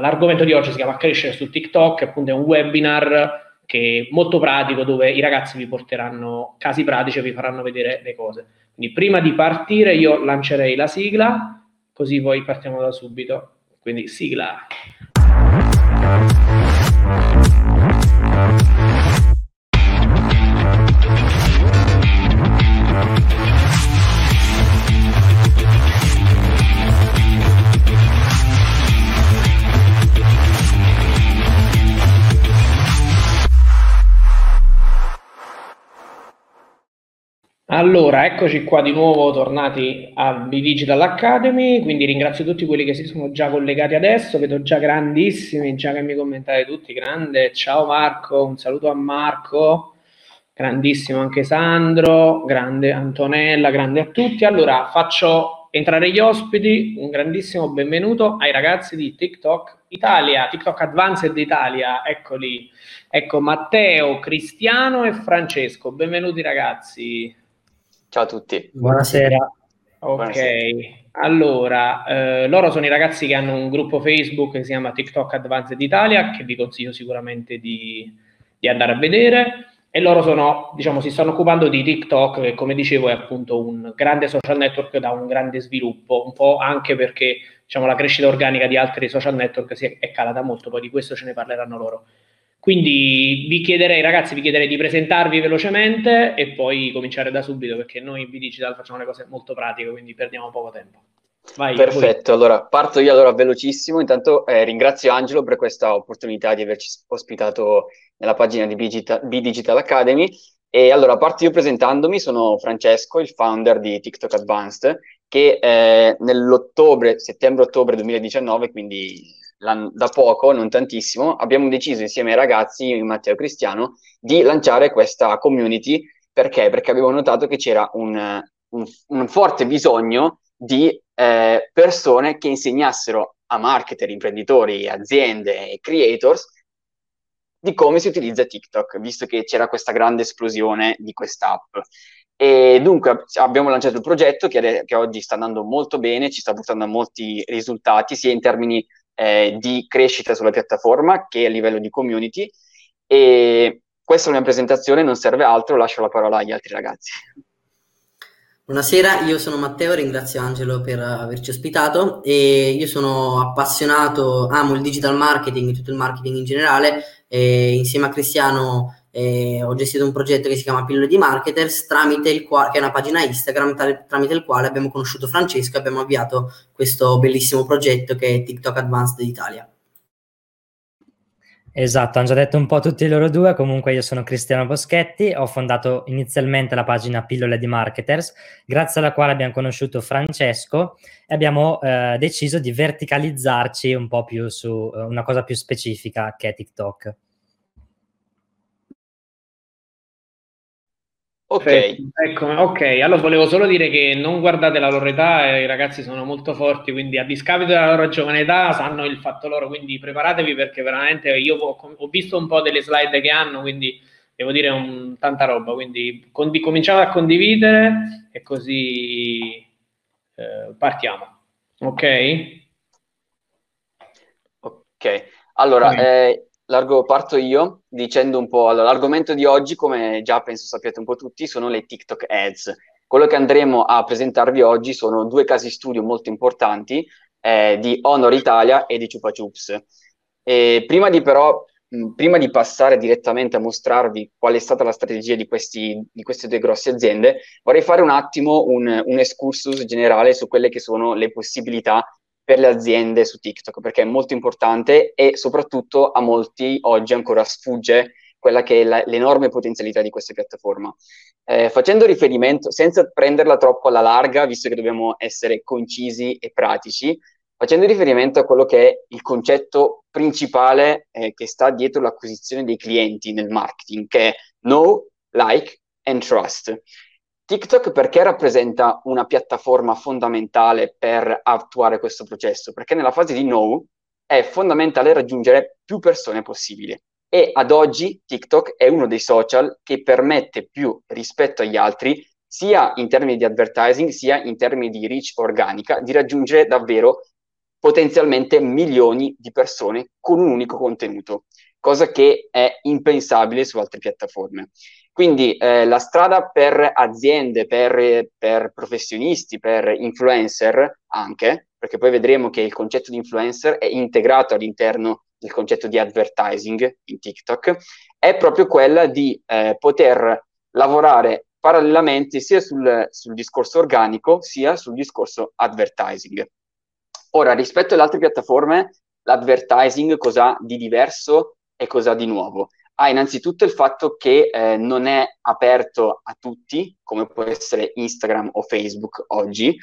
l'argomento di oggi si chiama Crescere su TikTok, appunto è un webinar che è molto pratico, dove i ragazzi vi porteranno casi pratici e vi faranno vedere le cose. Quindi prima di partire io lancerei la sigla, così poi partiamo da subito. Quindi sigla. Allora, eccoci qua di nuovo tornati a B-Digital Academy, quindi ringrazio tutti quelli che si sono già collegati adesso, vedo già grandissimi, già che mi commentate tutti, grande, ciao Marco, un saluto a Marco, grandissimo anche Sandro, grande Antonella, grande a tutti. Allora, faccio entrare gli ospiti, un grandissimo benvenuto ai ragazzi di TikTok Italia, TikTok Advanced Italia, eccoli, ecco Matteo, Cristiano e Francesco, benvenuti ragazzi. Ciao a tutti. Buonasera. Ok, Buonasera. allora, loro sono i ragazzi che hanno un gruppo Facebook che si chiama TikTok Advanced Italia, che vi consiglio sicuramente di andare a vedere, e loro sono, diciamo, si stanno occupando di TikTok, che come dicevo è appunto un grande social network da un grande sviluppo, un po' anche perché, diciamo, la crescita organica di altri social network è calata molto, poi di questo ce ne parleranno loro. Quindi vi chiederei di presentarvi velocemente e poi cominciare da subito, perché noi in B-Digital facciamo le cose molto pratiche, quindi perdiamo poco tempo. Vai, Perfetto, voi. allora parto io allora velocissimo. Intanto ringrazio Angelo per questa opportunità di averci ospitato nella pagina di B-Digital Academy. E allora parto io presentandomi, sono Francesco, il founder di TikTok Advanced, che settembre-ottobre 2019, quindi da poco, non tantissimo, abbiamo deciso insieme ai ragazzi, Matteo e Cristiano, di lanciare questa community. Perché? Perché avevo notato che c'era un forte bisogno di persone che insegnassero a marketer, imprenditori, aziende e creators di come si utilizza TikTok, visto che c'era questa grande esplosione di quest'app. E dunque abbiamo lanciato il progetto che oggi sta andando molto bene, ci sta portando a molti risultati, sia in termini di crescita sulla piattaforma che a livello di community. E questa è una presentazione, non serve altro, lascio la parola agli altri ragazzi. Buonasera, io sono Matteo, ringrazio Angelo per averci ospitato e io sono appassionato, amo il digital marketing, tutto il marketing in generale, e insieme a Cristiano ho gestito un progetto che si chiama Pillole di Marketers, che è una pagina Instagram tramite il quale abbiamo conosciuto Francesco e abbiamo avviato questo bellissimo progetto che è TikTok Advanced Italia. Esatto, hanno già detto un po' tutti loro due. Comunque io sono Cristiano Boschetti, ho fondato inizialmente la pagina Pillole di Marketers, grazie alla quale abbiamo conosciuto Francesco e abbiamo deciso di verticalizzarci un po' più su una cosa più specifica che è TikTok. Ok. Ecco, ok, allora volevo solo dire che non guardate la loro età, i ragazzi sono molto forti, quindi a discapito della loro giovane età sanno il fatto loro, quindi preparatevi perché veramente io ho visto un po' delle slide che hanno, quindi devo dire tanta roba, quindi cominciamo a condividere e così partiamo, ok? Ok, allora parto io dicendo un po', allora, l'argomento di oggi, come già penso sappiate un po' tutti, sono le TikTok Ads. Quello che andremo a presentarvi oggi sono due casi studio molto importanti di Honor Italia e di Chupa Chups. E prima di passare direttamente a mostrarvi qual è stata la strategia di queste due grosse aziende, vorrei fare un attimo un excursus generale su quelle che sono le possibilità per le aziende su TikTok, perché è molto importante e soprattutto a molti oggi ancora sfugge quella che è l'enorme potenzialità di questa piattaforma. Facendo riferimento, senza prenderla troppo alla larga, visto che dobbiamo essere concisi e pratici, facendo riferimento a quello che è il concetto principale che sta dietro l'acquisizione dei clienti nel marketing, che è know, like and trust. TikTok perché rappresenta una piattaforma fondamentale per attuare questo processo? Perché nella fase di know è fondamentale raggiungere più persone possibili e ad oggi TikTok è uno dei social che permette più rispetto agli altri, sia in termini di advertising sia in termini di reach organica, di raggiungere davvero potenzialmente milioni di persone con un unico contenuto, cosa che è impensabile su altre piattaforme. Quindi la strada per aziende, per professionisti, per influencer anche, perché poi vedremo che il concetto di influencer è integrato all'interno del concetto di advertising in TikTok, è proprio quella di poter lavorare parallelamente sia sul discorso organico sia sul discorso advertising. Ora, rispetto alle altre piattaforme, l'advertising cosa di diverso e cosa di nuovo? Innanzitutto il fatto che non è aperto a tutti, come può essere Instagram o Facebook oggi,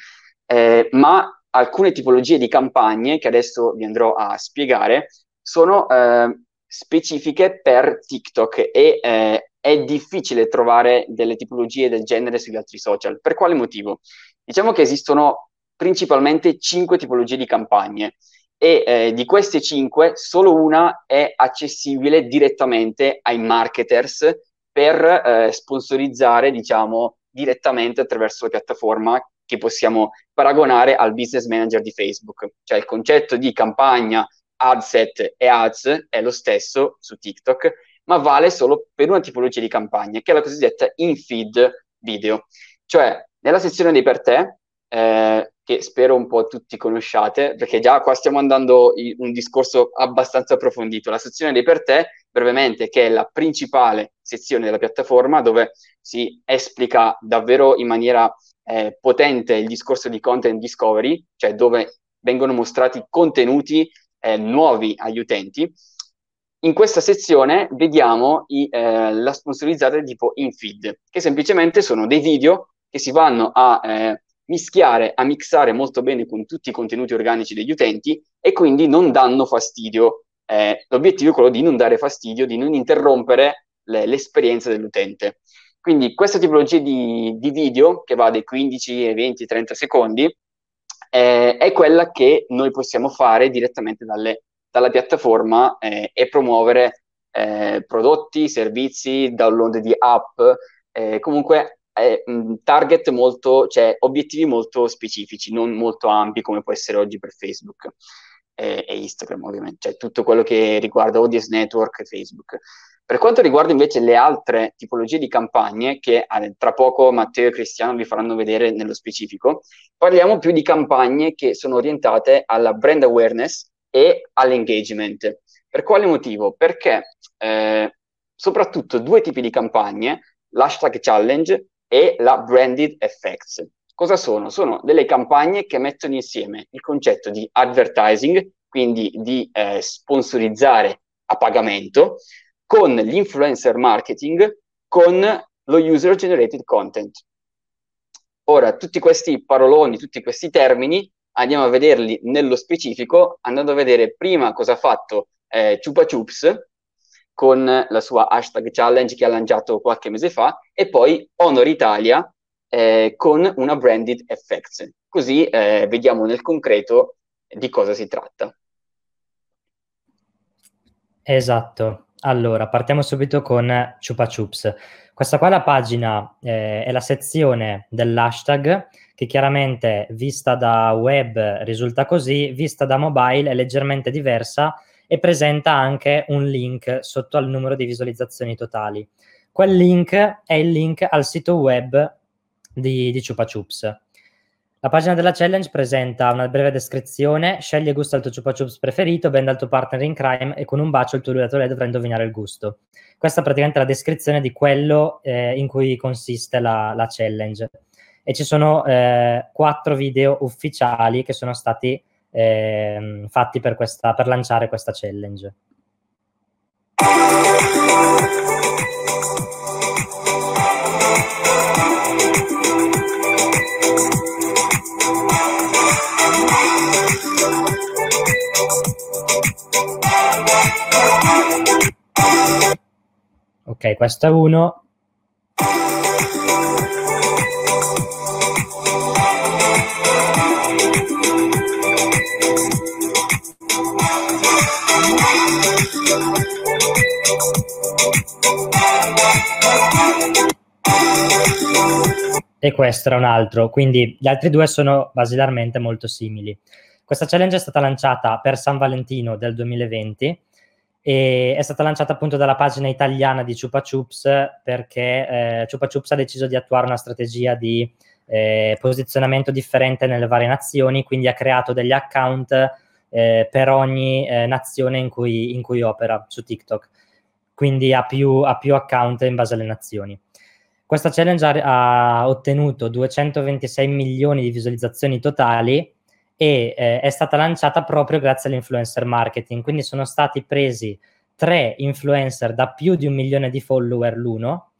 ma alcune tipologie di campagne, che adesso vi andrò a spiegare, sono specifiche per TikTok e è difficile trovare delle tipologie del genere sugli altri social. Per quale motivo? Diciamo che esistono principalmente 5 tipologie di campagne e di queste 5 solo una è accessibile direttamente ai marketers per sponsorizzare, diciamo, direttamente attraverso la piattaforma, che possiamo paragonare al business manager di Facebook. Cioè il concetto di campagna, adset e ads è lo stesso su TikTok, ma vale solo per una tipologia di campagna, che è la cosiddetta in-feed video. Cioè nella sezione dei per te, che spero un po' tutti conosciate, perché già qua stiamo andando in un discorso abbastanza approfondito. La sezione dei per te, brevemente, che è la principale sezione della piattaforma, dove si esplica davvero in maniera potente il discorso di content discovery, cioè dove vengono mostrati contenuti nuovi agli utenti. In questa sezione vediamo la sponsorizzata di tipo in-feed, che semplicemente sono dei video che si vanno a mischiare, a mixare molto bene con tutti i contenuti organici degli utenti e quindi non danno fastidio. L'obiettivo è quello di non dare fastidio, di non interrompere l'esperienza dell'utente. Quindi questa tipologia di video, che va dai 15 ai 20, 30 secondi, è quella che noi possiamo fare direttamente dalla piattaforma e promuovere prodotti, servizi, download di app, comunque target molto, cioè obiettivi molto specifici, non molto ampi come può essere oggi per Facebook e Instagram, ovviamente, cioè tutto quello che riguarda audience network e Facebook. Per quanto riguarda invece le altre tipologie di campagne, che tra poco Matteo e Cristiano vi faranno vedere nello specifico, parliamo più di campagne che sono orientate alla brand awareness e all'engagement. Per quale motivo? Perché soprattutto due tipi di campagne, l'hashtag challenge e la branded effects. Cosa sono? Sono delle campagne che mettono insieme il concetto di advertising, quindi di sponsorizzare a pagamento, con l'influencer marketing, con lo user generated content. Ora, tutti questi paroloni, tutti questi termini, andiamo a vederli nello specifico, andando a vedere prima cosa ha fatto Chupa Chups con la sua hashtag challenge che ha lanciato qualche mese fa, e poi Honor Italia con una branded effects. Così vediamo nel concreto di cosa si tratta. Esatto. Allora, partiamo subito con Chupa Chups. Questa qua è la pagina, è la sezione dell'hashtag, che chiaramente vista da web risulta così, vista da mobile è leggermente diversa e presenta anche un link sotto al numero di visualizzazioni totali. Quel link è il link al sito web di Chupa Chups. La pagina della challenge presenta una breve descrizione: scegli il gusto al tuo Chupa Chups preferito, ben dal tuo partner in crime e con un bacio il tuo lui dovrà indovinare il gusto. Questa è praticamente la descrizione di quello in cui consiste la challenge. E ci sono 4 video ufficiali che sono stati fatti per lanciare questa challenge. Ok, questo è uno. E questo era un altro, quindi gli altri due sono basilarmente molto simili. Questa challenge è stata lanciata per San Valentino del 2020 e è stata lanciata appunto dalla pagina italiana di Chupa Chups, perché Chupa Chups ha deciso di attuare una strategia di posizionamento differente nelle varie nazioni, quindi ha creato degli account per ogni nazione in cui opera su TikTok, quindi ha più account in base alle nazioni. Questa challenge ha ottenuto 226 milioni di visualizzazioni totali e è stata lanciata proprio grazie all'influencer marketing, quindi sono stati presi 3 influencer da più di 1 milione di follower l'uno,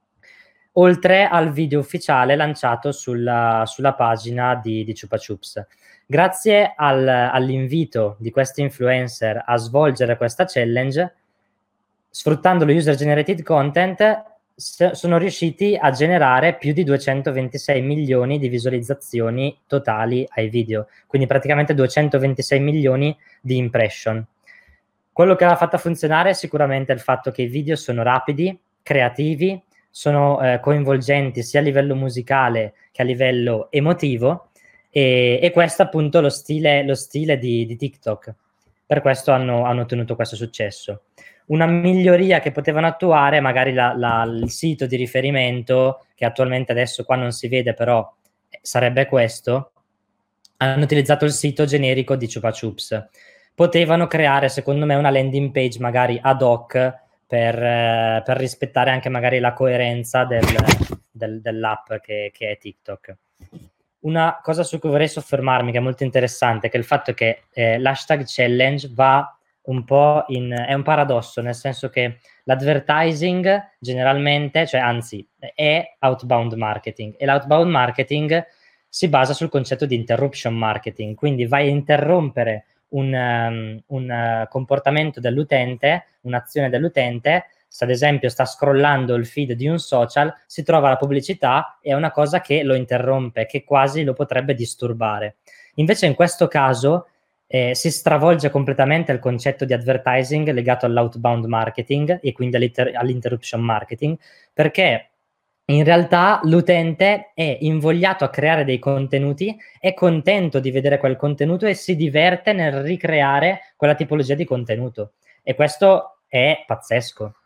oltre al video ufficiale lanciato sulla pagina di Chupa Chups. Grazie all'invito di questi influencer a svolgere questa challenge, sfruttando lo user generated content, sono riusciti a generare più di 226 milioni di visualizzazioni totali ai video, quindi praticamente 226 milioni di impression. Quello che l'ha fatta funzionare è sicuramente il fatto che i video sono rapidi, creativi, sono coinvolgenti sia a livello musicale che a livello emotivo, e questo è appunto lo stile di TikTok. Per questo hanno ottenuto questo successo. Una miglioria che potevano attuare, magari il sito di riferimento, che attualmente adesso qua non si vede, però sarebbe questo. Hanno utilizzato il sito generico di Chupa Chups. Potevano creare, secondo me, una landing page magari ad hoc per rispettare anche magari la coerenza dell'app che è TikTok. Una cosa su cui vorrei soffermarmi, che è molto interessante, che è il fatto che l'hashtag challenge va un po' è un paradosso, nel senso che l'advertising generalmente, cioè anzi, è outbound marketing, e l'outbound marketing si basa sul concetto di interruption marketing, quindi vai a interrompere un comportamento dell'utente, un'azione dell'utente. Se ad esempio sta scrollando il feed di un social, si trova la pubblicità, è una cosa che lo interrompe, che quasi lo potrebbe disturbare. Invece in questo caso si stravolge completamente il concetto di advertising legato all'outbound marketing e quindi all'interruption marketing, perché in realtà l'utente è invogliato a creare dei contenuti, è contento di vedere quel contenuto e si diverte nel ricreare quella tipologia di contenuto. E questo è pazzesco.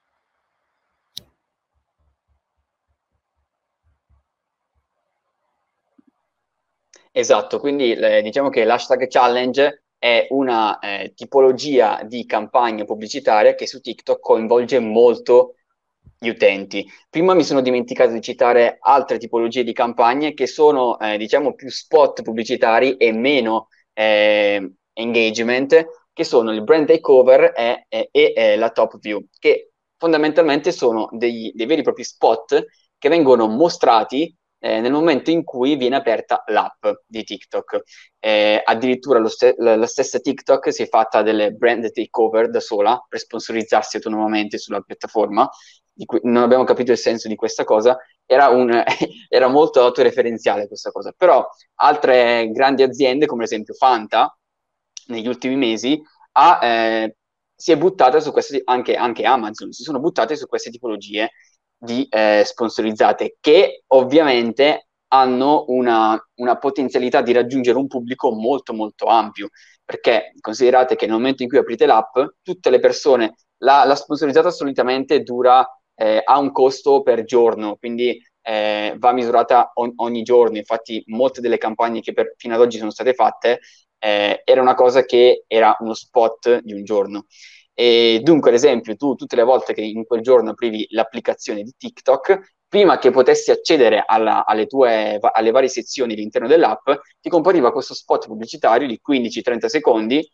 Esatto, quindi diciamo che l'hashtag challenge è una tipologia di campagna pubblicitaria che su TikTok coinvolge molto gli utenti. Prima mi sono dimenticato di citare altre tipologie di campagne che sono, diciamo, più spot pubblicitari e meno engagement, che sono il brand takeover e la top view, che fondamentalmente sono dei veri e propri spot che vengono mostrati nel momento in cui viene aperta l'app di TikTok. Addirittura la stessa TikTok si è fatta delle brand takeover da sola per sponsorizzarsi autonomamente sulla piattaforma, di cui non abbiamo capito il senso di questa cosa. Era molto autoreferenziale questa cosa, però altre grandi aziende come ad esempio Fanta negli ultimi mesi si è buttata su queste, anche Amazon si sono buttate su queste tipologie di sponsorizzate, che ovviamente hanno una potenzialità di raggiungere un pubblico molto molto ampio, perché considerate che nel momento in cui aprite l'app, tutte le persone, la sponsorizzata solitamente ha un costo per giorno, quindi va misurata ogni giorno. Infatti molte delle campagne che fino ad oggi sono state fatte era una cosa che era uno spot di un giorno. E dunque, ad esempio, tu tutte le volte che in quel giorno aprivi l'applicazione di TikTok, prima che potessi accedere alle varie sezioni all'interno dell'app, ti compariva questo spot pubblicitario di 15-30 secondi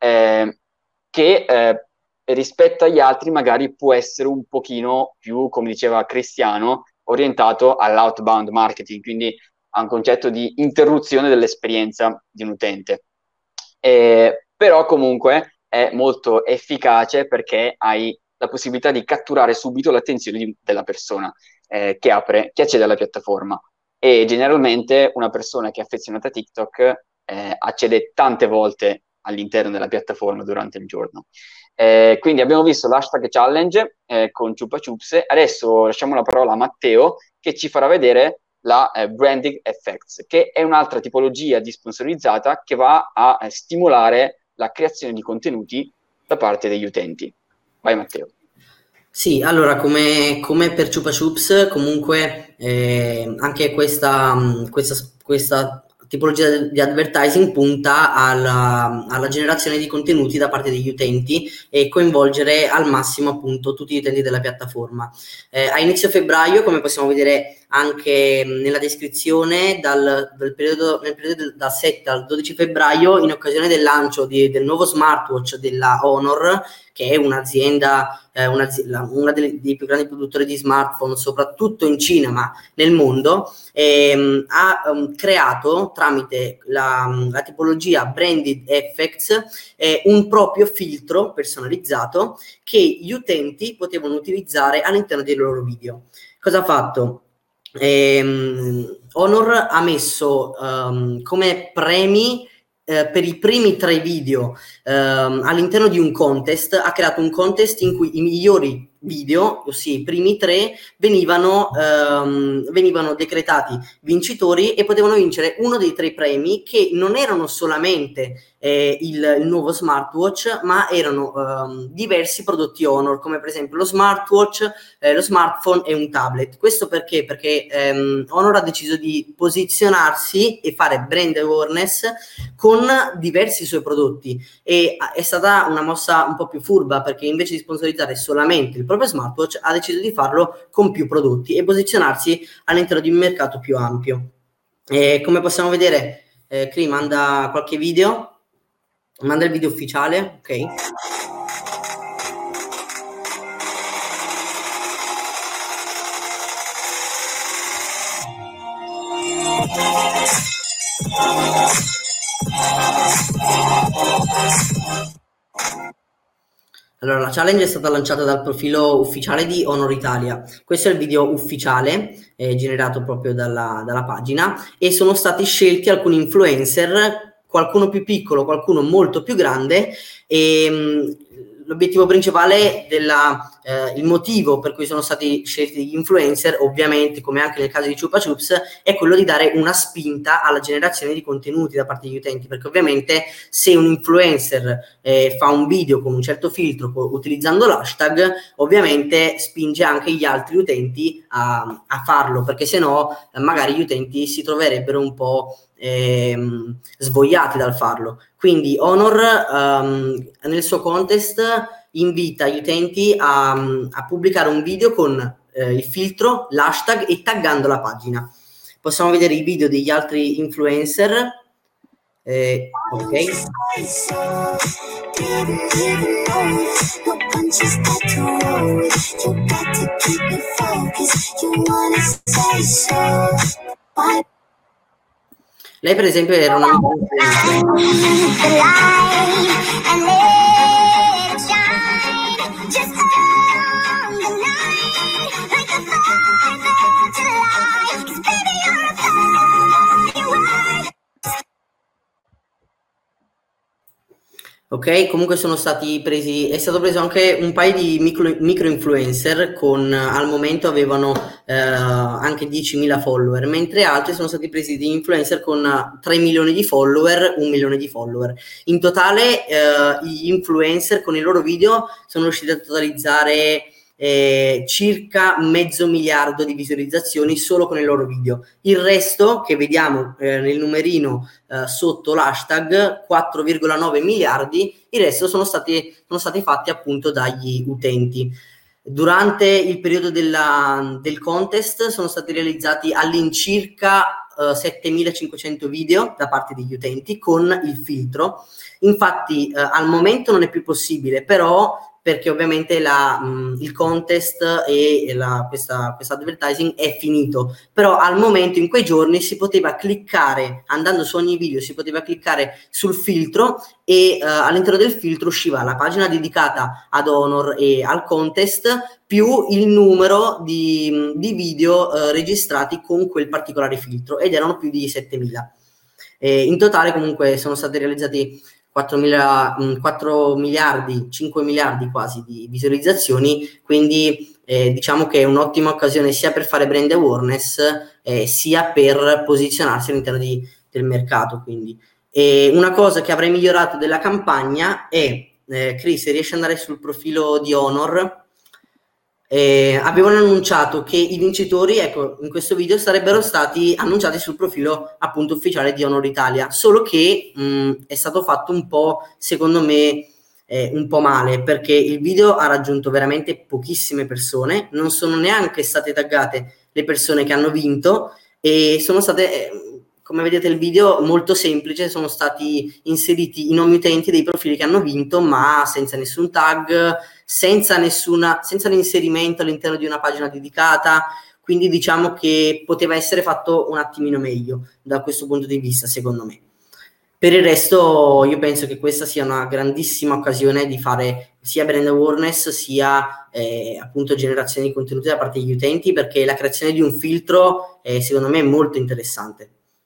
che rispetto agli altri magari può essere un pochino più, come diceva Cristiano, orientato all'outbound marketing, quindi a un concetto di interruzione dell'esperienza di un utente. Però comunque è molto efficace perché hai la possibilità di catturare subito l'attenzione della persona che accede alla piattaforma, e generalmente una persona che è affezionata a TikTok accede tante volte all'interno della piattaforma durante il giorno. Quindi abbiamo visto l'hashtag challenge con Chupa Chups. Adesso lasciamo la parola a Matteo, che ci farà vedere la branding effects, che è un'altra tipologia di sponsorizzata che va a stimolare la creazione di contenuti da parte degli utenti. Vai Matteo. Sì, allora come per Chupa Chups comunque anche questa tipologia di advertising punta alla generazione di contenuti da parte degli utenti e coinvolgere al massimo appunto tutti gli utenti della piattaforma. A inizio febbraio, come possiamo vedere anche nella descrizione, nel periodo dal 7 al 12 febbraio, in occasione del lancio del nuovo smartwatch della Honor, che è un'azienda, una dei più grandi produttori di smartphone, soprattutto in Cina, ma nel mondo, ha creato tramite la tipologia Branded Effects un proprio filtro personalizzato che gli utenti potevano utilizzare all'interno dei loro video. Cosa ha fatto? Honor ha messo come premi per i primi 3 video all'interno di un contest, ha creato un contest in cui i migliori video, ossia i primi 3, venivano decretati vincitori e potevano vincere uno dei 3 premi, che non erano solamente il nuovo smartwatch, ma erano diversi prodotti Honor, come per esempio lo smartwatch, lo smartphone e un tablet. Questo perché? Perché Honor ha deciso di posizionarsi e fare brand awareness con diversi suoi prodotti, e è stata una mossa un po' più furba, perché invece di sponsorizzare solamente il proprio smartwatch ha deciso di farlo con più prodotti e posizionarsi all'interno di un mercato più ampio. Come possiamo vedere, Cri manda qualche video. Manda il video ufficiale, ok? Allora, la challenge è stata lanciata dal profilo ufficiale di Honor Italia. Questo è il video ufficiale generato proprio dalla pagina, e sono stati scelti alcuni influencer, qualcuno più piccolo, qualcuno molto più grande, e l'obiettivo principale il motivo per cui sono stati scelti gli influencer, ovviamente come anche nel caso di Chupa Chups, è quello di dare una spinta alla generazione di contenuti da parte degli utenti, perché ovviamente se un influencer fa un video con un certo filtro utilizzando l'hashtag, ovviamente spinge anche gli altri utenti a farlo, perché se no magari gli utenti si troverebbero un po' svogliati dal farlo. Quindi Honor nel suo contest invita gli utenti a pubblicare un video con il filtro, l'hashtag e taggando la pagina. Possiamo vedere i video degli altri influencer. Ok. Lei per esempio era una ok, comunque sono stati presi, è stato preso anche un paio di micro influencer con, al momento avevano anche 10.000 follower, mentre altri sono stati presi di influencer con 3 milioni di follower, 1 milione di follower. In totale gli influencer con i loro video sono riusciti a totalizzare circa 500 miliardi di visualizzazioni solo con i loro video. Il resto che vediamo nel numerino sotto l'hashtag 4,9 miliardi, il resto sono stati fatti appunto dagli utenti. Durante il periodo del contest sono stati realizzati all'incirca 7.500 video da parte degli utenti con il filtro. Infatti al momento non è più possibile, però, perché ovviamente il contest e questa advertising è finito, però al momento, in quei giorni, si poteva cliccare, andando su ogni video, si poteva cliccare sul filtro e all'interno del filtro usciva la pagina dedicata ad Honor e al contest, più il numero di video registrati con quel particolare filtro, ed erano più di 7.000. In totale comunque sono stati realizzati 4 miliardi, 5 miliardi quasi di visualizzazioni, quindi diciamo che è un'ottima occasione sia per fare brand awareness sia per posizionarsi all'interno del mercato. Quindi una cosa che avrei migliorato della campagna è, Chris, riesci ad andare sul profilo di Honor? Avevano annunciato che i vincitori, ecco, in questo video sarebbero stati annunciati sul profilo appunto ufficiale di Honor Italia, solo che è stato fatto un po', secondo me, un po' male, perché il video ha raggiunto veramente pochissime persone, non sono neanche state taggate le persone che hanno vinto e sono state, come vedete il video, molto semplice, sono stati inseriti i nomi utenti dei profili che hanno vinto, ma senza nessun tag, senza l'inserimento all'interno di una pagina dedicata, quindi diciamo che poteva essere fatto un attimino meglio da questo punto di vista, secondo me. Per il resto io penso che questa sia una grandissima occasione di fare sia brand awareness sia appunto generazione di contenuti da parte degli utenti, perché la creazione di un filtro secondo me è molto interessante.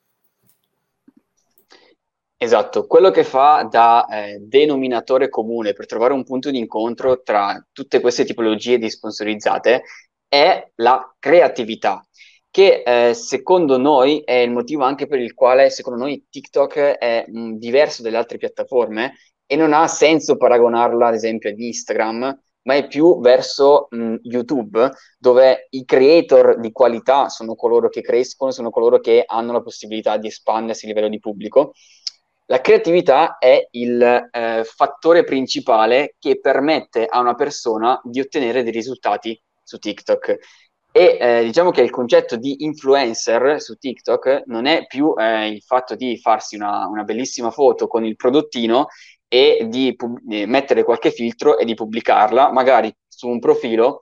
Esatto, quello che fa da denominatore comune per trovare un punto di incontro tra tutte queste tipologie di sponsorizzate è la creatività, che secondo noi è il motivo anche per il quale secondo noi TikTok è diverso dalle altre piattaforme e non ha senso paragonarla ad esempio ad Instagram, ma è più verso YouTube, dove i creator di qualità sono coloro che crescono, sono coloro che hanno la possibilità di espandersi a livello di pubblico. La creatività è il fattore principale che permette a una persona di ottenere dei risultati su TikTok. E diciamo che il concetto di influencer su TikTok non è più il fatto di farsi una bellissima foto con il prodottino e di mettere qualche filtro e di pubblicarla, magari su un profilo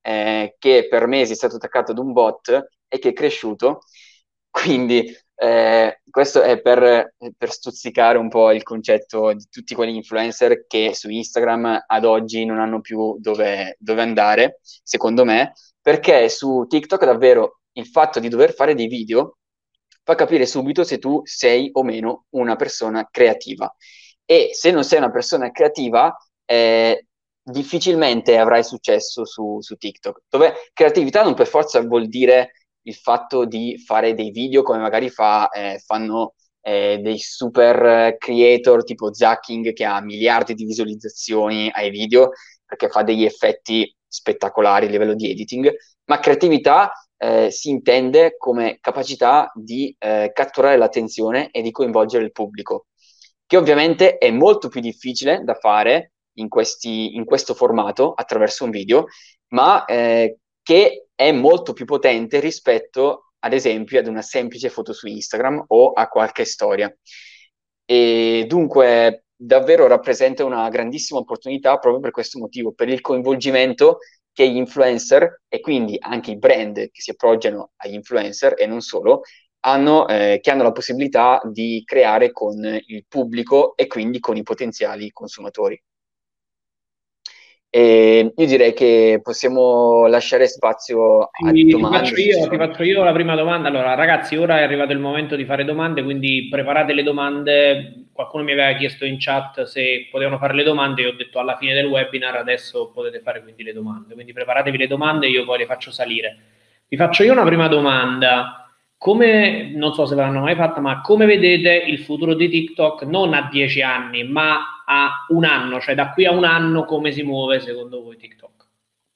che per mesi è stato attaccato ad un bot e che è cresciuto. Quindi questo è per stuzzicare un po' il concetto di tutti quegli influencer che su Instagram ad oggi non hanno più dove andare, secondo me, perché su TikTok davvero il fatto di dover fare dei video fa capire subito se tu sei o meno una persona creativa. E se non sei una persona creativa, difficilmente avrai successo su TikTok, dove creatività non per forza vuol dire il fatto di fare dei video come magari fanno dei super creator tipo Zacking che ha miliardi di visualizzazioni ai video perché fa degli effetti spettacolari a livello di editing, ma creatività si intende come capacità di catturare l'attenzione e di coinvolgere il pubblico, che ovviamente è molto più difficile da fare in questo formato attraverso un video, ma che è molto più potente rispetto, ad esempio, ad una semplice foto su Instagram o a qualche storia. E dunque davvero rappresenta una grandissima opportunità proprio per questo motivo, per il coinvolgimento che gli influencer e quindi anche i brand che si appoggiano agli influencer e non solo, che hanno la possibilità di creare con il pubblico e quindi con i potenziali consumatori. E io direi che possiamo lasciare spazio a domande. Ti faccio io la prima domanda. Allora, ragazzi, ora è arrivato il momento di fare domande, quindi preparate le domande. Qualcuno mi aveva chiesto in chat se potevano fare le domande, io ho detto alla fine del webinar, adesso potete fare quindi le domande. Quindi preparatevi le domande e io poi le faccio salire. Vi faccio io una prima domanda. Come, non so se ve l'hanno mai fatta, ma come vedete il futuro di TikTok non a 10 anni, ma a un anno, cioè da qui a un anno come si muove secondo voi TikTok?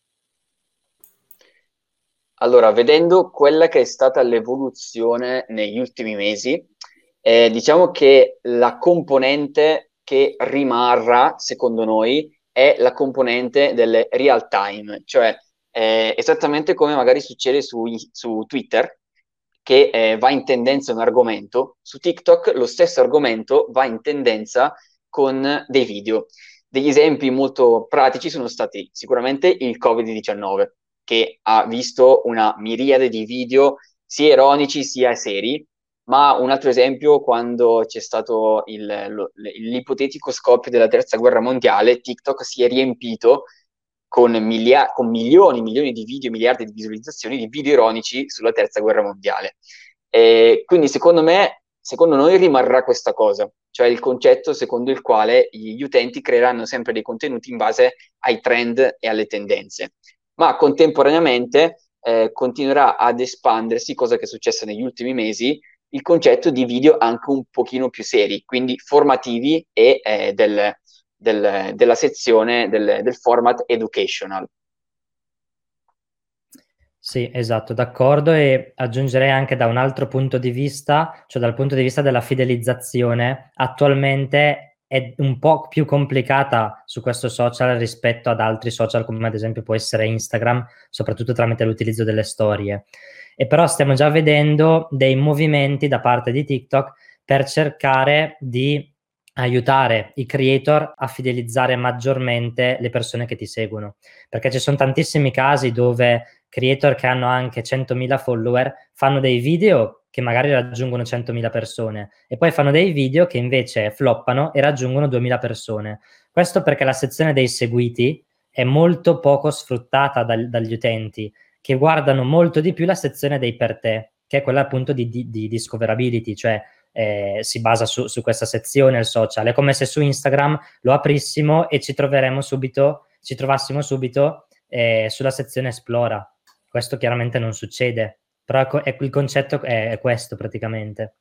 Allora, vedendo quella che è stata l'evoluzione negli ultimi mesi, diciamo che la componente che rimarrà, secondo noi, è la componente del real time, cioè esattamente come magari succede su Twitter, che va in tendenza un argomento, su TikTok lo stesso argomento va in tendenza con dei video. Degli esempi molto pratici sono stati sicuramente il Covid-19, che ha visto una miriade di video sia ironici sia seri, ma un altro esempio, quando c'è stato l'ipotetico scoppio della terza guerra mondiale, TikTok si è riempito con milioni di video, miliardi di visualizzazioni di video ironici sulla terza guerra mondiale. Quindi secondo noi rimarrà questa cosa, cioè il concetto secondo il quale gli utenti creeranno sempre dei contenuti in base ai trend e alle tendenze. ma contemporaneamente continuerà ad espandersi, cosa che è successa negli ultimi mesi, il concetto di video anche un pochino più seri, quindi formativi e della sezione del format educational. Sì, esatto, d'accordo, e aggiungerei anche da un altro punto di vista, cioè dal punto di vista della fidelizzazione, attualmente è un po' più complicata su questo social rispetto ad altri social come ad esempio può essere Instagram, soprattutto tramite l'utilizzo delle storie. E però stiamo già vedendo dei movimenti da parte di TikTok per cercare di aiutare i creator a fidelizzare maggiormente le persone che ti seguono, perché ci sono tantissimi casi dove creator che hanno anche 100.000 follower fanno dei video che magari raggiungono 100.000 persone e poi fanno dei video che invece floppano e raggiungono 2.000 persone. Questo perché la sezione dei seguiti è molto poco sfruttata dagli utenti, che guardano molto di più la sezione dei per te, che è quella appunto di discoverability, cioè si basa su questa sezione il social. È come se su Instagram lo aprissimo e ci trovassimo subito sulla sezione esplora. Questo chiaramente non succede, però il concetto è questo praticamente.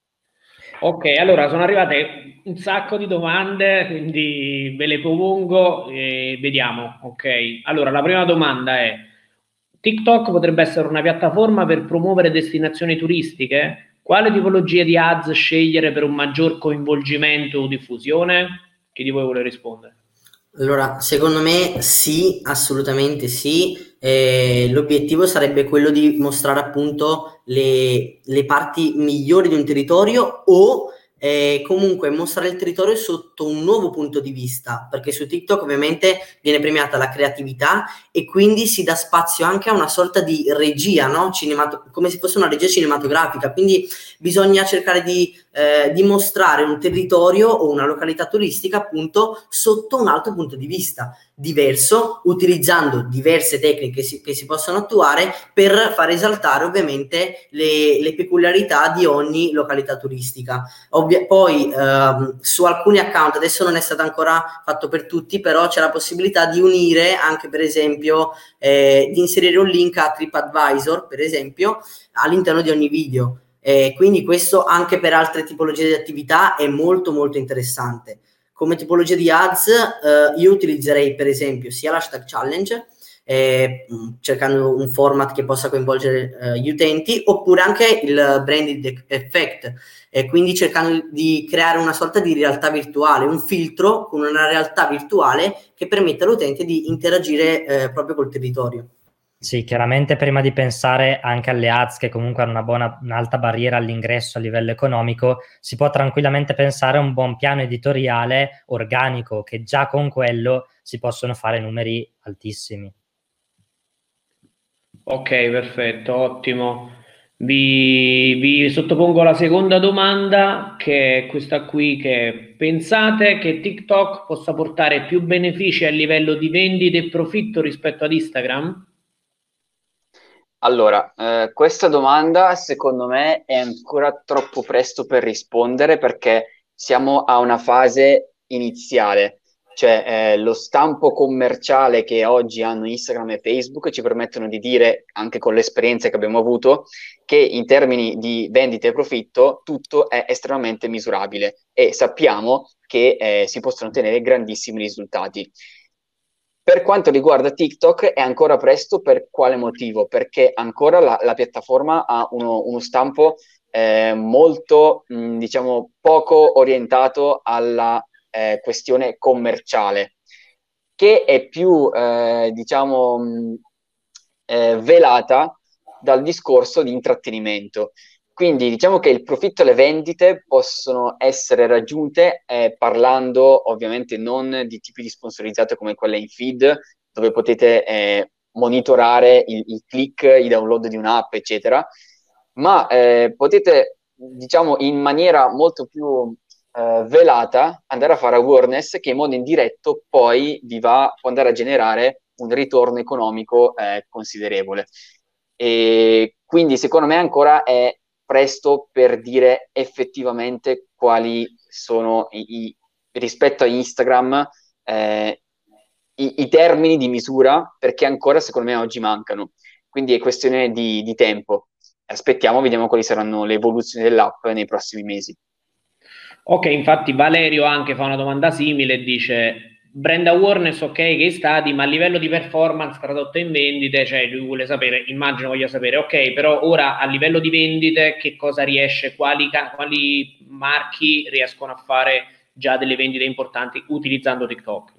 Ok, allora sono arrivate un sacco di domande, quindi ve le propongo e vediamo. Ok, allora la prima domanda è: TikTok potrebbe essere una piattaforma per promuovere destinazioni turistiche? Quale tipologia di ads scegliere per un maggior coinvolgimento o diffusione? Chi di voi vuole rispondere? Allora, secondo me sì, assolutamente sì. L'obiettivo sarebbe quello di mostrare appunto le parti migliori di un territorio o comunque mostrare il territorio sotto un nuovo punto di vista, perché su TikTok ovviamente viene premiata la creatività e quindi si dà spazio anche a una sorta di regia, no? Come se fosse una regia cinematografica, quindi bisogna cercare di dimostrare un territorio o una località turistica appunto sotto un altro punto di vista diverso, utilizzando diverse tecniche che si possono attuare per far esaltare ovviamente le peculiarità di ogni località turistica. Poi su alcuni account, adesso non è stato ancora fatto per tutti, però c'è la possibilità di unire anche per esempio di inserire un link a TripAdvisor per esempio all'interno di ogni video. Quindi questo anche per altre tipologie di attività è molto molto interessante. Come tipologia di ads io utilizzerei per esempio sia l'hashtag challenge cercando un format che possa coinvolgere gli utenti, oppure anche il branded effect, quindi cercando di creare una sorta di realtà virtuale, un filtro con una realtà virtuale che permette all'utente di interagire proprio col territorio. Sì, chiaramente prima di pensare anche alle ads che comunque hanno un'alta barriera all'ingresso a livello economico, si può tranquillamente pensare a un buon piano editoriale organico, che già con quello si possono fare numeri altissimi. Ok, perfetto, ottimo. Vi sottopongo la seconda domanda, che è questa qui, che pensate che TikTok possa portare più benefici a livello di vendite e profitto rispetto ad Instagram? Allora, questa domanda secondo me è ancora troppo presto per rispondere perché siamo a una fase iniziale, cioè lo stampo commerciale che oggi hanno Instagram e Facebook ci permettono di dire, anche con le esperienze che abbiamo avuto, che in termini di vendita e profitto tutto è estremamente misurabile e sappiamo che si possono ottenere grandissimi risultati. Per quanto riguarda TikTok è ancora presto, per quale motivo? Perché ancora la piattaforma ha uno stampo molto, diciamo, poco orientato alla questione commerciale, che è più, diciamo, velata dal discorso di intrattenimento. Quindi diciamo che il profitto e le vendite possono essere raggiunte parlando ovviamente non di tipi di sponsorizzate come quelle in feed, dove potete monitorare il click, i download di un'app, eccetera, ma potete, diciamo, in maniera molto più velata andare a fare awareness che in modo indiretto poi può andare a generare un ritorno economico considerevole. E quindi secondo me ancora è presto per dire effettivamente quali sono rispetto a Instagram i termini di misura, perché ancora secondo me oggi mancano, quindi è questione di tempo. Aspettiamo, vediamo quali saranno le evoluzioni dell'app nei prossimi mesi. Ok, infatti Valerio anche fa una domanda simile e dice brand awareness ok case study, ma a livello di performance tradotto in vendite, cioè lui vuole sapere, immagino voglia sapere, ok, però ora a livello di vendite che cosa riesce, quali marchi riescono a fare già delle vendite importanti utilizzando TikTok?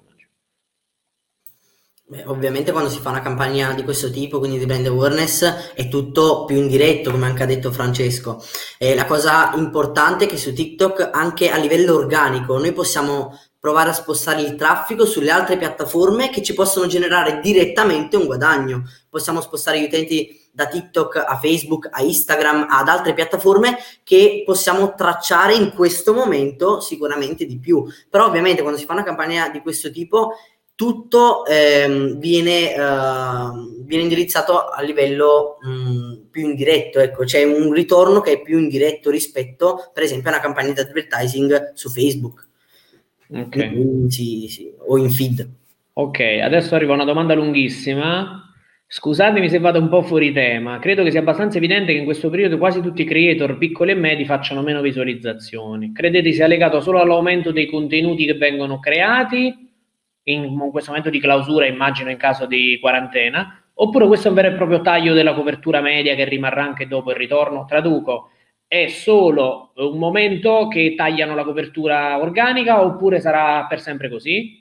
Beh, ovviamente quando si fa una campagna di questo tipo, quindi di brand awareness, è tutto più indiretto, come anche ha detto Francesco. La cosa importante è che su TikTok, anche a livello organico, noi possiamo provare a spostare il traffico sulle altre piattaforme che ci possono generare direttamente un guadagno. Possiamo spostare gli utenti da TikTok a Facebook, a Instagram, ad altre piattaforme che possiamo tracciare in questo momento sicuramente di più. Però ovviamente quando si fa una campagna di questo tipo tutto viene indirizzato a livello più indiretto, ecco, c'è un ritorno che è più indiretto rispetto per esempio a una campagna di advertising su Facebook. Ok. Sì, o in feed. Ok, adesso arriva una domanda lunghissima. Scusatemi se vado un po' fuori tema. Credo che sia abbastanza evidente che in questo periodo quasi tutti i creator piccoli e medi facciano meno visualizzazioni. Credete sia legato solo all'aumento dei contenuti che vengono creati in questo momento di clausura, immagino in caso di quarantena, oppure questo è un vero e proprio taglio della copertura media che rimarrà anche dopo il ritorno? Traduco, è solo un momento che tagliano la copertura organica oppure sarà per sempre così?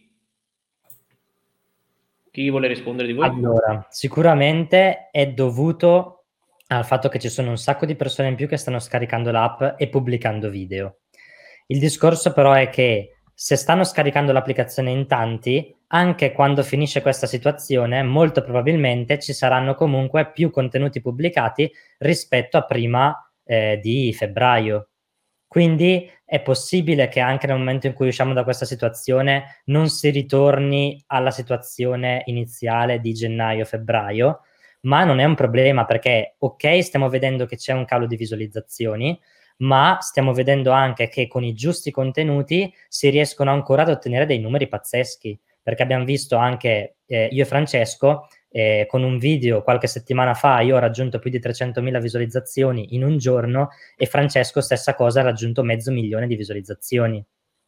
Chi vuole rispondere di voi? Allora, sicuramente è dovuto al fatto che ci sono un sacco di persone in più che stanno scaricando l'app e pubblicando video. Il discorso però è che se stanno scaricando l'applicazione in tanti, anche quando finisce questa situazione, molto probabilmente ci saranno comunque più contenuti pubblicati rispetto a prima di febbraio. Quindi è possibile che anche nel momento in cui usciamo da questa situazione non si ritorni alla situazione iniziale di gennaio-febbraio, ma non è un problema perché, ok, stiamo vedendo che c'è un calo di visualizzazioni, ma stiamo vedendo anche che con i giusti contenuti si riescono ancora ad ottenere dei numeri pazzeschi, perché abbiamo visto anche io e Francesco con un video qualche settimana fa io ho raggiunto più di 300.000 visualizzazioni in un giorno e Francesco stessa cosa ha raggiunto 500.000 di visualizzazioni.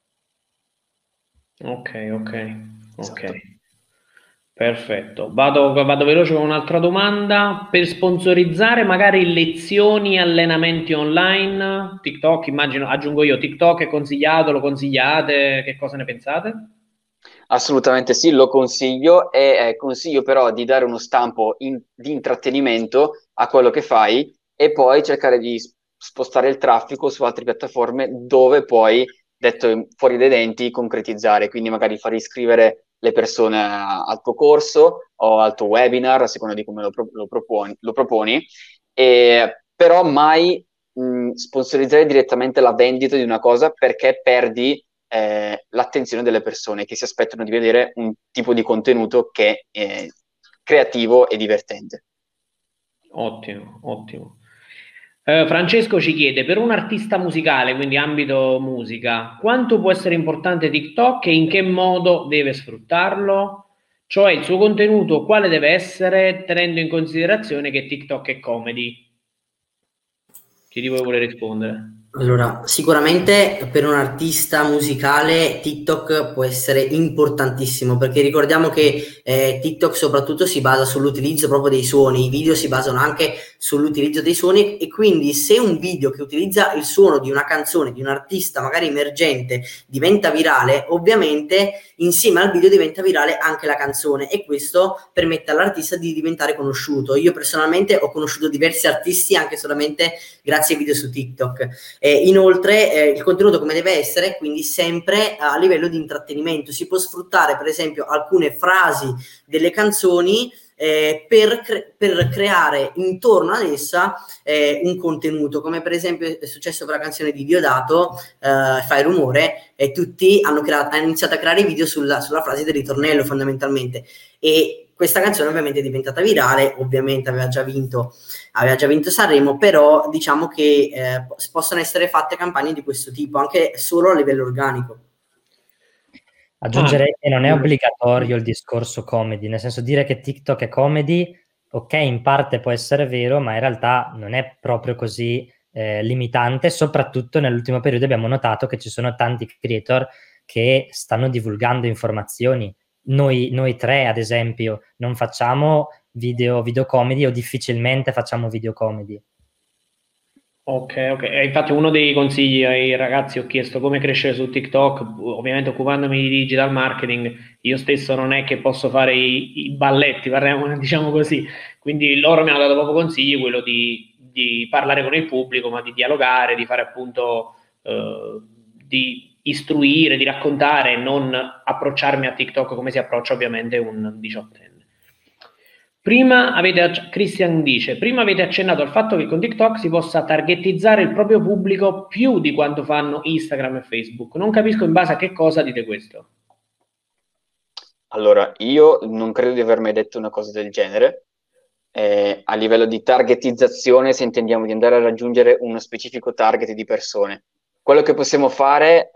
Ok. Esatto. Perfetto. Vado veloce con un'altra domanda. Per sponsorizzare magari lezioni e allenamenti online, TikTok, immagino, aggiungo io, TikTok è consigliato, lo consigliate? Che cosa ne pensate? Assolutamente sì, lo consiglio e consiglio però di dare uno stampo di intrattenimento a quello che fai e poi cercare di spostare il traffico su altre piattaforme dove puoi, detto fuori dai denti, concretizzare, quindi magari far iscrivere le persone al tuo corso o al tuo webinar, a seconda di come lo proponi, però mai sponsorizzare direttamente la vendita di una cosa perché perdi l'attenzione delle persone che si aspettano di vedere un tipo di contenuto che è creativo e divertente. Ottimo. Francesco ci chiede, per un artista musicale, quindi ambito musica, quanto può essere importante TikTok e in che modo deve sfruttarlo? Cioè il suo contenuto quale deve essere tenendo in considerazione che TikTok è comedy? Chi di voi vuole rispondere? Allora, sicuramente per un artista musicale TikTok può essere importantissimo perché ricordiamo che TikTok soprattutto si basa sull'utilizzo proprio dei suoni, i video si basano anche sull'utilizzo dei suoni e quindi se un video che utilizza il suono di una canzone, di un artista magari emergente diventa virale, ovviamente insieme al video diventa virale anche la canzone e questo permette all'artista di diventare conosciuto. Io personalmente ho conosciuto diversi artisti anche solamente grazie ai video su TikTok. Inoltre il contenuto come deve essere, quindi sempre a livello di intrattenimento. Si può sfruttare per esempio alcune frasi delle canzoni per creare intorno ad essa un contenuto, come per esempio è successo per la canzone di Diodato, Fai rumore, e tutti hanno iniziato a creare video sulla frase del ritornello fondamentalmente, e questa canzone ovviamente è diventata virale, ovviamente aveva già vinto Sanremo, però diciamo che possono essere fatte campagne di questo tipo anche solo a livello organico. Aggiungerei che non è obbligatorio il discorso comedy, nel senso dire che TikTok è comedy, ok, in parte può essere vero, ma in realtà non è proprio così limitante, soprattutto nell'ultimo periodo abbiamo notato che ci sono tanti creator che stanno divulgando informazioni. Noi tre, ad esempio, non facciamo video comedy o difficilmente facciamo video comedy. Ok. Infatti uno dei consigli ai ragazzi ho chiesto come crescere su TikTok, ovviamente occupandomi di digital marketing, io stesso non è che posso fare i balletti, parliamo, diciamo così, quindi loro mi hanno dato proprio consigli, quello di parlare con il pubblico, ma di dialogare, di fare appunto, di istruire, di raccontare, non approcciarmi a TikTok come si approccia ovviamente un 18enne. Christian dice, prima avete accennato al fatto che con TikTok si possa targetizzare il proprio pubblico più di quanto fanno Instagram e Facebook. Non capisco in base a che cosa dite questo. Allora, io non credo di aver mai detto una cosa del genere. A livello di targetizzazione, se intendiamo di andare a raggiungere uno specifico target di persone, quello che possiamo fare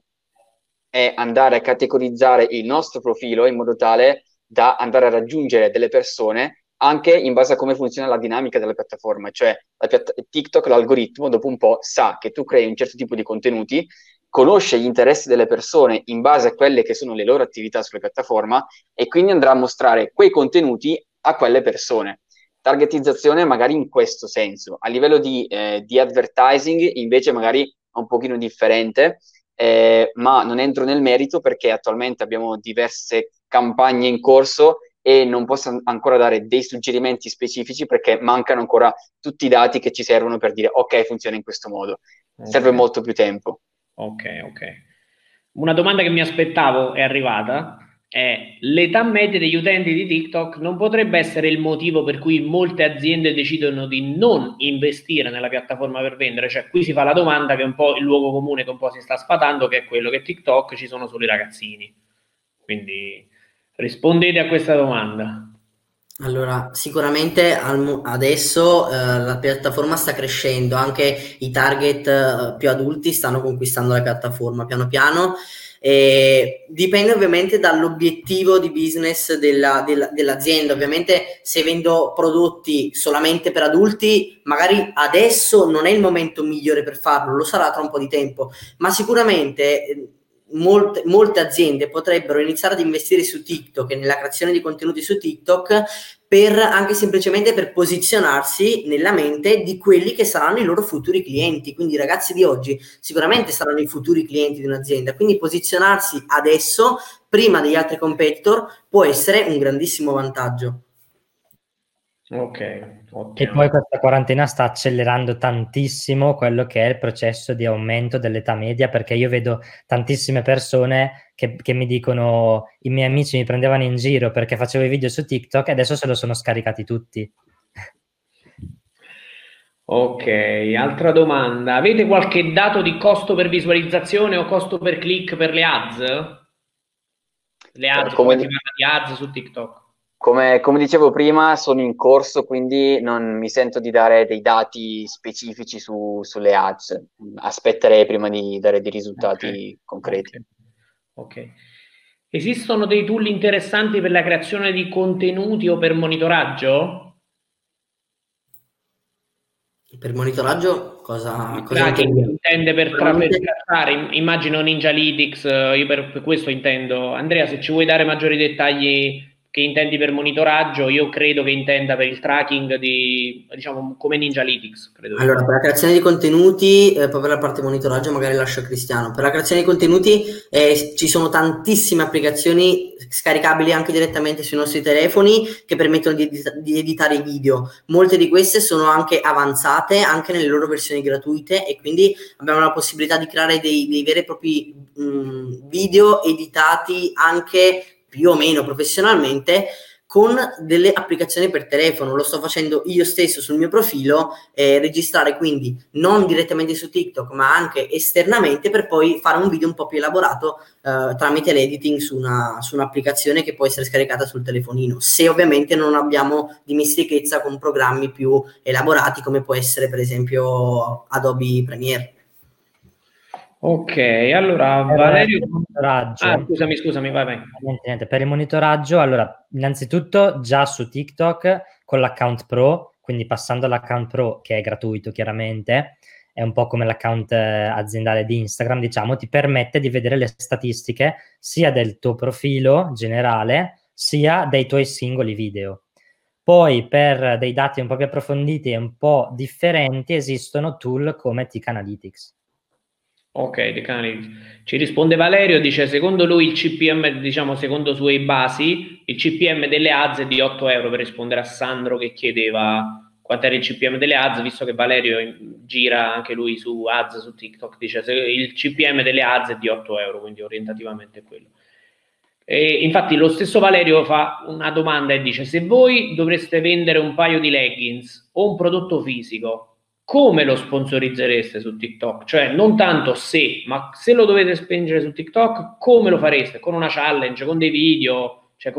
è andare a categorizzare il nostro profilo in modo tale da andare a raggiungere delle persone anche in base a come funziona la dinamica della piattaforma, cioè TikTok, l'algoritmo, dopo un po' sa che tu crei un certo tipo di contenuti, conosce gli interessi delle persone in base a quelle che sono le loro attività sulla piattaforma e quindi andrà a mostrare quei contenuti a quelle persone. Targetizzazione magari in questo senso. A livello di advertising invece magari è un pochino differente, ma non entro nel merito perché attualmente abbiamo diverse campagne in corso e non posso ancora dare dei suggerimenti specifici perché mancano ancora tutti i dati che ci servono per dire ok, funziona in questo modo. Serve molto più tempo. Ok. Una domanda che mi aspettavo è arrivata. L'età media degli utenti di TikTok non potrebbe essere il motivo per cui molte aziende decidono di non investire nella piattaforma per vendere? Cioè, qui si fa la domanda che è un po' il luogo comune che un po' si sta sfatando, che è quello che TikTok ci sono solo i ragazzini. Quindi rispondete a questa domanda. Allora, sicuramente adesso la piattaforma sta crescendo, anche i target più adulti stanno conquistando la piattaforma piano piano. Dipende ovviamente dall'obiettivo di business dell'azienda. Ovviamente se vendo prodotti solamente per adulti, magari adesso non è il momento migliore per farlo, lo sarà tra un po' di tempo, ma sicuramente molte aziende potrebbero iniziare ad investire su TikTok e nella creazione di contenuti su TikTok anche semplicemente per posizionarsi nella mente di quelli che saranno i loro futuri clienti. Quindi i ragazzi di oggi sicuramente saranno i futuri clienti di un'azienda, quindi posizionarsi adesso prima degli altri competitor può essere un grandissimo vantaggio. Ok, ottimo. E poi questa quarantena sta accelerando tantissimo quello che è il processo di aumento dell'età media, perché io vedo tantissime persone che mi dicono i miei amici mi prendevano in giro perché facevo i video su TikTok e adesso se lo sono scaricati tutti. Ok, altra domanda. Avete qualche dato di costo per visualizzazione o costo per click per le ads? Le ads, come si parla di ads su TikTok? Come dicevo prima, sono in corso, quindi non mi sento di dare dei dati specifici sulle ads. Aspetterei prima di dare dei risultati concreti. Ok. Esistono dei tool interessanti per la creazione di contenuti o per monitoraggio? Per monitoraggio cosa intende per trattare, immagino Ninjalytics, io per questo intendo. Andrea, se ci vuoi dare maggiori dettagli che intendi per monitoraggio, io credo che intenda per il tracking di, diciamo, come Ninjalytics. Allora, per la creazione di contenuti, poi per la parte monitoraggio magari lascio a Cristiano. Per la creazione di contenuti ci sono tantissime applicazioni scaricabili anche direttamente sui nostri telefoni che permettono di editare i video. Molte di queste sono anche avanzate, anche nelle loro versioni gratuite, e quindi abbiamo la possibilità di creare dei veri e propri video editati anche più o meno professionalmente con delle applicazioni per telefono. Lo sto facendo io stesso sul mio profilo, registrare quindi non direttamente su TikTok ma anche esternamente per poi fare un video un po' più elaborato tramite l'editing su un'applicazione che può essere scaricata sul telefonino, se ovviamente non abbiamo dimestichezza con programmi più elaborati come può essere per esempio Adobe Premiere. Ok, allora Valerio... Per il monitoraggio, scusami, vai. niente. Per il monitoraggio, allora, innanzitutto già su TikTok con l'account pro, quindi passando all'account pro che è gratuito chiaramente, è un po' come l'account aziendale di Instagram, diciamo, ti permette di vedere le statistiche sia del tuo profilo generale, sia dei tuoi singoli video. Poi per dei dati un po' più approfonditi e un po' differenti esistono tool come Tick Analytics. Ok, dei canali. Ci risponde Valerio, dice secondo lui il CPM, diciamo secondo suoi basi, il CPM delle ads è di 8 euro, per rispondere a Sandro che chiedeva quanto era il CPM delle ads, visto che Valerio gira anche lui su ads su TikTok, dice il CPM delle ads è di 8 euro, quindi orientativamente è quello. E infatti lo stesso Valerio fa una domanda e dice se voi dovreste vendere un paio di leggings o un prodotto fisico, come lo sponsorizzereste su TikTok? Cioè non tanto se, ma se lo dovete spingere su TikTok, come lo fareste? Con una challenge, con dei video? Cioè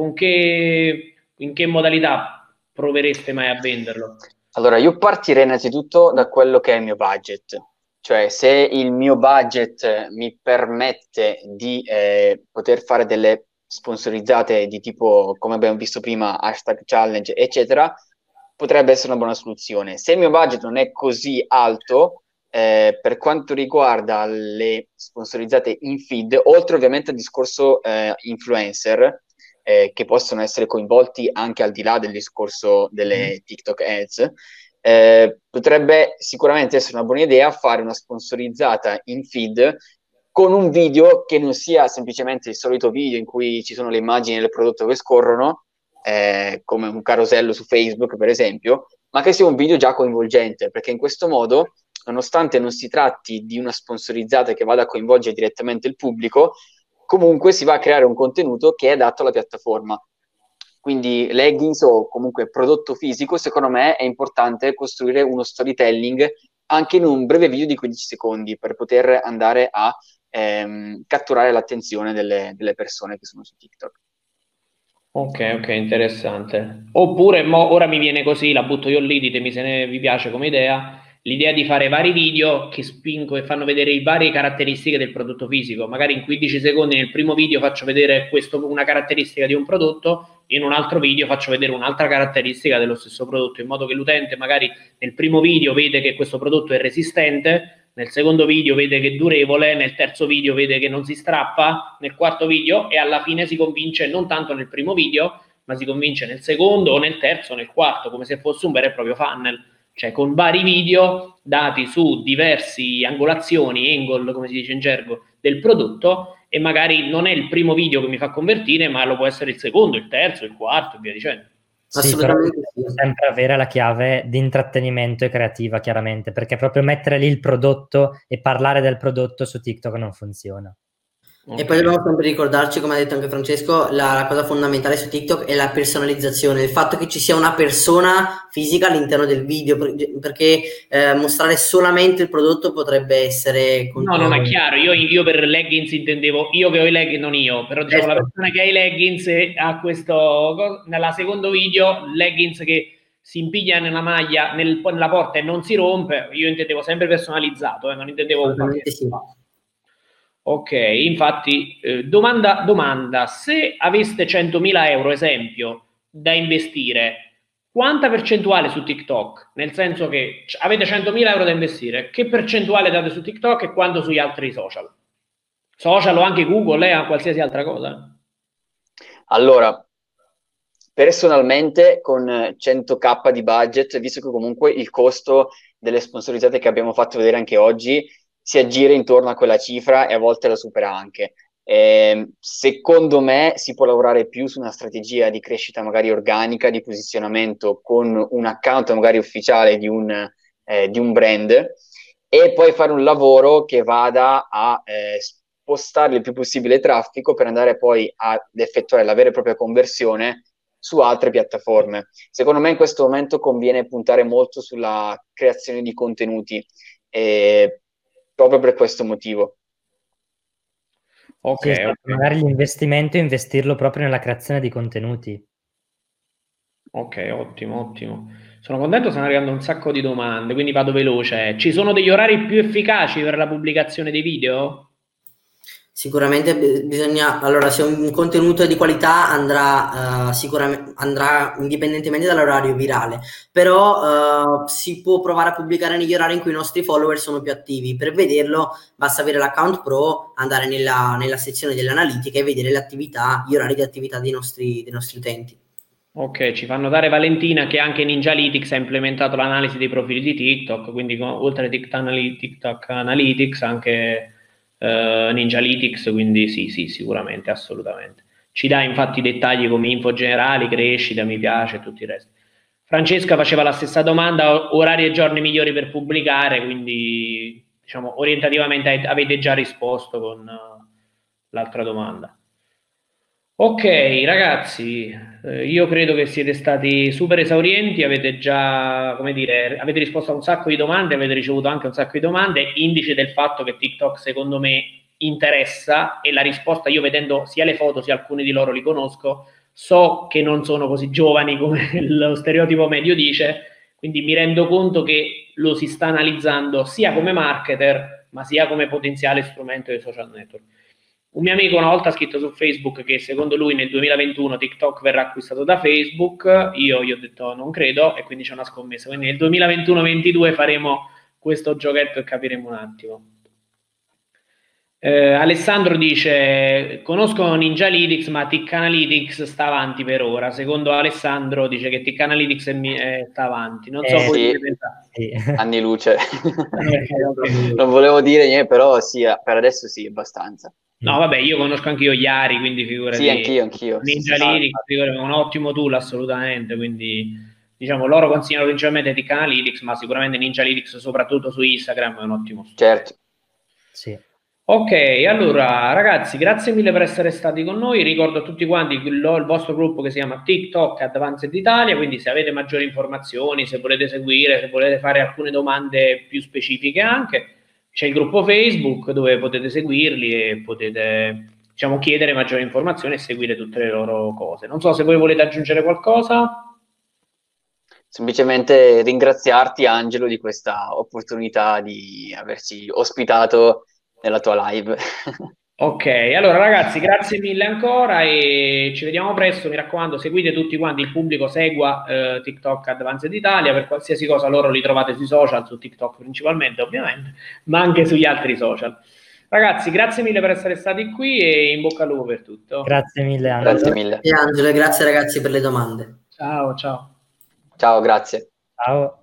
in che modalità provereste mai a venderlo? Allora, io partirei innanzitutto da quello che è il mio budget, cioè se il mio budget mi permette di poter fare delle sponsorizzate di tipo, come abbiamo visto prima, hashtag challenge, eccetera, potrebbe essere una buona soluzione. Se il mio budget non è così alto, per quanto riguarda le sponsorizzate in feed, oltre ovviamente al discorso influencer, che possono essere coinvolti anche al di là del discorso delle TikTok Ads, potrebbe sicuramente essere una buona idea fare una sponsorizzata in feed con un video che non sia semplicemente il solito video in cui ci sono le immagini del prodotto che scorrono, come un carosello su Facebook per esempio, ma che sia un video già coinvolgente, perché in questo modo, nonostante non si tratti di una sponsorizzata che vada a coinvolgere direttamente il pubblico, comunque si va a creare un contenuto che è adatto alla piattaforma. Quindi leggings o comunque prodotto fisico, secondo me è importante costruire uno storytelling anche in un breve video di 15 secondi per poter andare a catturare l'attenzione delle persone che sono su TikTok. Ok, interessante. Oppure, ora mi viene così, la butto io lì, ditemi se vi piace come idea, l'idea di fare vari video che spingo e fanno vedere le varie caratteristiche del prodotto fisico. Magari in 15 secondi nel primo video faccio vedere una caratteristica di un prodotto, in un altro video faccio vedere un'altra caratteristica dello stesso prodotto, in modo che l'utente magari nel primo video vede che questo prodotto è resistente, nel secondo video vede che è durevole, nel terzo video vede che non si strappa, nel quarto video, e alla fine si convince non tanto nel primo video, ma si convince nel secondo o nel terzo o nel quarto, come se fosse un vero e proprio funnel, cioè con vari video dati su diverse angolazioni, angle, come si dice in gergo, del prodotto, e magari non è il primo video che mi fa convertire, ma lo può essere il secondo, il terzo, il quarto e via dicendo. Sì, assolutamente sì. Sempre avere la chiave di intrattenimento e creativa, chiaramente, perché proprio mettere lì il prodotto e parlare del prodotto su TikTok non funziona. Okay. E poi dobbiamo sempre ricordarci, come ha detto anche Francesco, la cosa fondamentale su TikTok è la personalizzazione, il fatto che ci sia una persona fisica all'interno del video, perché mostrare solamente il prodotto potrebbe essere... No, non è chiaro, io per leggings intendevo, io che ho i leggings, non io, però diciamo la persona che ha i leggings ha questo, nella secondo video, leggings che si impiglia nella maglia, nella porta e non si rompe, io intendevo sempre personalizzato, non intendevo un pacchetto. Sì. Ok, infatti, domanda, se aveste 100.000 euro, esempio, da investire, quanta percentuale su TikTok? Nel senso che avete 100.000 euro da investire, che percentuale date su TikTok e quanto sugli altri social? Social o anche Google, a qualsiasi altra cosa? Allora, personalmente con 100k di budget, visto che comunque il costo delle sponsorizzate che abbiamo fatto vedere anche oggi si aggira intorno a quella cifra e a volte la supera anche. Secondo me si può lavorare più su una strategia di crescita magari organica, di posizionamento con un account magari ufficiale di un brand, e poi fare un lavoro che vada a spostare il più possibile traffico per andare poi ad effettuare la vera e propria conversione su altre piattaforme. Secondo me in questo momento conviene puntare molto sulla creazione di contenuti, proprio per questo motivo. Ok, sì, magari l'investimento è investirlo proprio nella creazione di contenuti. Ok, ottimo. Sono contento, stanno arrivando un sacco di domande, quindi vado veloce. Ci sono degli orari più efficaci per la pubblicazione dei video? Sicuramente bisogna, allora, se un contenuto è di qualità andrà sicuramente andrà indipendentemente dall'orario virale, però si può provare a pubblicare negli orari in cui i nostri follower sono più attivi. Per vederlo basta avere l'account pro, andare nella sezione delle analitiche e vedere le attività, gli orari di attività dei nostri utenti. Ok, ci fa notare Valentina che anche Ninjalytics ha implementato l'analisi dei profili di TikTok, quindi oltre a TikTok Analytics anche Ninjalytics, quindi sì, sicuramente, assolutamente. Ci dà infatti dettagli come info generali, crescita, mi piace e tutto il resto. Francesca faceva la stessa domanda, orari e giorni migliori per pubblicare, quindi diciamo orientativamente avete già risposto con l'altra domanda. Ok, ragazzi, io credo che siete stati super esaurienti, avete già, come dire, avete risposto a un sacco di domande, avete ricevuto anche un sacco di domande, indice del fatto che TikTok secondo me interessa, e la risposta, io vedendo sia le foto sia alcuni di loro li conosco, so che non sono così giovani come lo stereotipo medio dice, quindi mi rendo conto che lo si sta analizzando sia come marketer, ma sia come potenziale strumento dei social network. Un mio amico una volta ha scritto su Facebook che secondo lui nel 2021 TikTok verrà acquistato da Facebook, io gli ho detto non credo, e quindi c'è una scommessa, quindi nel 2021-22 faremo questo giochetto e capiremo un attimo. Alessandro dice conosco Ninjalytics ma Tick Analytics sta avanti per ora. Secondo Alessandro dice che Tick Analytics sta avanti, non so voi che pensate. Sì. Anni luce. Okay. Non volevo dire niente, però sì, per adesso sì, abbastanza. No, vabbè, io conosco anche io Iari, quindi figurati. Sì, anch'io. Ninjalytics, figurati, è un ottimo tool assolutamente, quindi diciamo loro consigliano principalmente Tick Analytics, ma sicuramente Ninjalytics soprattutto su Instagram è un ottimo tool. Certo. Sì. Ok, allora ragazzi, grazie mille per essere stati con noi. Ricordo a tutti quanti il vostro gruppo che si chiama TikTok Advanced Italia, quindi se avete maggiori informazioni, se volete seguire, se volete fare alcune domande più specifiche anche, c'è il gruppo Facebook dove potete seguirli e potete, diciamo, chiedere maggiori informazioni e seguire tutte le loro cose. Non so se voi volete aggiungere qualcosa. Semplicemente ringraziarti, Angelo, di questa opportunità di averci ospitato nella tua live. Ok, allora ragazzi, grazie mille ancora e ci vediamo presto. Mi raccomando, seguite tutti quanti, il pubblico segua TikTok Advanced Italia, per qualsiasi cosa loro li trovate sui social, su TikTok principalmente ovviamente, ma anche sugli altri social. Ragazzi, grazie mille per essere stati qui e in bocca al lupo per tutto. Grazie mille Angelo. Grazie mille. Grazie Angelo e grazie ragazzi per le domande. Ciao. Ciao, grazie. Ciao.